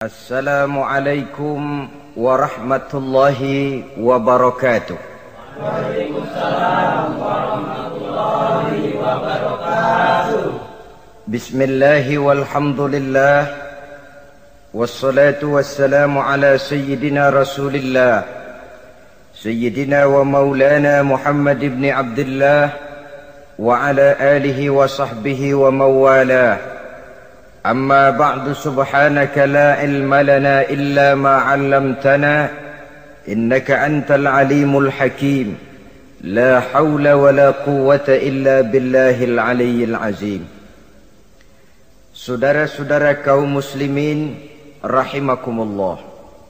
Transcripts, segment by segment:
Assalamualaikum warahmatullahi wabarakatuh. Waalaikumsalam warahmatullahi wabarakatuh. Bismillahi walhamdulillah, wassalatu wassalamu ala sayyidina rasulillah, sayyidina wa maulana Muhammad ibn Abdullah wa ala alihi wa sahbihi wa mawalah. أما بعد سبحانك لا علم لنا إلا ما علمتنا إنك أنت العليم الحكيم لا حول ولا قوة إلا بالله العلي العظيم. Saudara-saudara kaum muslimin rahimakumullah,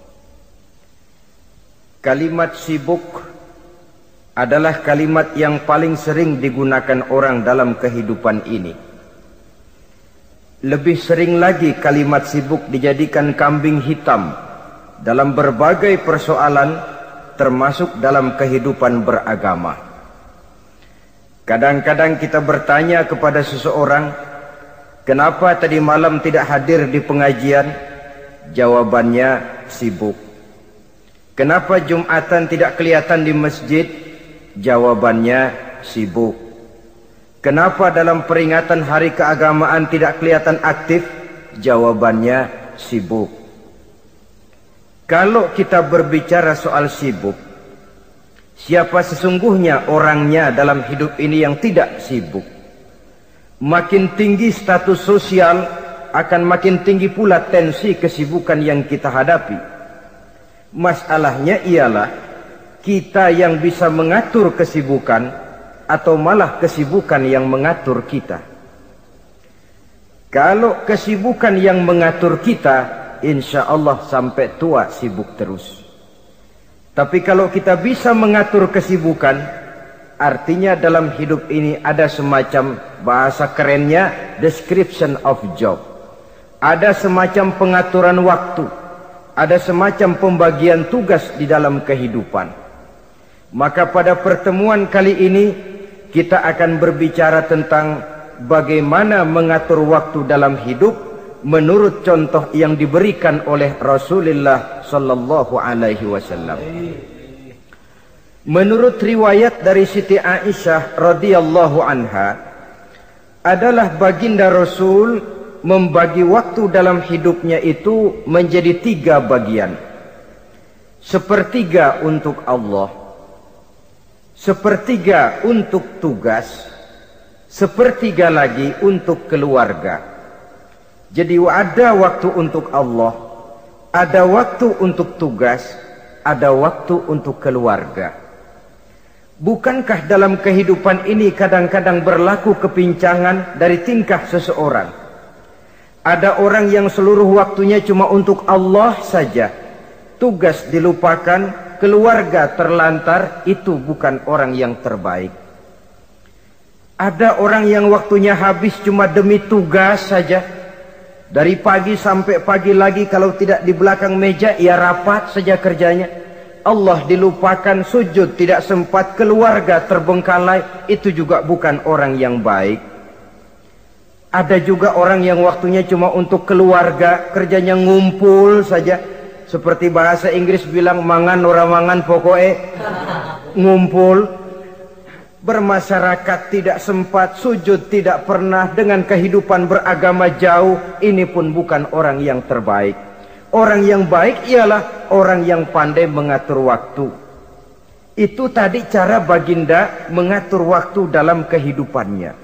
kalimat sibuk adalah kalimat yang paling sering digunakan orang dalam kehidupan ini. Lebih sering lagi kalimat sibuk dijadikan kambing hitam dalam berbagai persoalan, termasuk dalam kehidupan beragama. Kadang-kadang kita bertanya kepada seseorang, kenapa tadi malam tidak hadir di pengajian? Jawabannya, sibuk. Kenapa Jumatan tidak kelihatan di masjid? Jawabannya, sibuk. Kenapa dalam peringatan hari keagamaan tidak kelihatan aktif? Jawabannya, sibuk. Kalau kita berbicara soal sibuk, siapa sesungguhnya orangnya dalam hidup ini yang tidak sibuk? Makin tinggi status sosial, akan makin tinggi pula tensi kesibukan yang kita hadapi. Masalahnya ialah kita yang bisa mengatur kesibukan atau malah kesibukan yang mengatur kita. Kalau kesibukan yang mengatur kita, insya Allah sampai tua sibuk terus. Tapi kalau kita bisa mengatur kesibukan, artinya dalam hidup ini ada semacam, bahasa kerennya, description of job. Ada semacam pengaturan waktu, ada semacam pembagian tugas di dalam kehidupan. Maka pada pertemuan kali ini kita akan berbicara tentang bagaimana mengatur waktu dalam hidup menurut contoh yang diberikan oleh Rasulullah sallallahu alaihi wasallam. Menurut riwayat dari Siti Aisyah radhiyallahu anha, adalah baginda Rasul membagi waktu dalam hidupnya itu menjadi 3 bagian. Sepertiga untuk Allah, sepertiga untuk tugas, sepertiga lagi untuk keluarga. Jadi ada waktu untuk Allah, ada waktu untuk tugas, ada waktu untuk keluarga. Bukankah dalam kehidupan ini kadang-kadang berlaku kepincangan dari tingkah seseorang? Ada orang yang seluruh waktunya cuma untuk Allah saja, tugas dilupakan, keluarga terlantar. Itu bukan orang yang terbaik. Ada orang yang waktunya habis cuma demi tugas saja, dari pagi sampai pagi lagi, kalau tidak di belakang meja ia rapat saja kerjanya. Allah dilupakan, sujud tidak sempat, keluarga terbengkalai. Itu juga bukan orang yang baik. Ada juga orang yang waktunya cuma untuk keluarga, kerjanya ngumpul saja. Seperti bahasa Inggris bilang, mangan ora mangan pokoke ngumpul. Bermasyarakat tidak sempat, sujud tidak pernah, dengan kehidupan beragama jauh. Ini pun bukan orang yang terbaik. Orang yang baik ialah orang yang pandai mengatur waktu. Itu tadi cara baginda mengatur waktu dalam kehidupannya.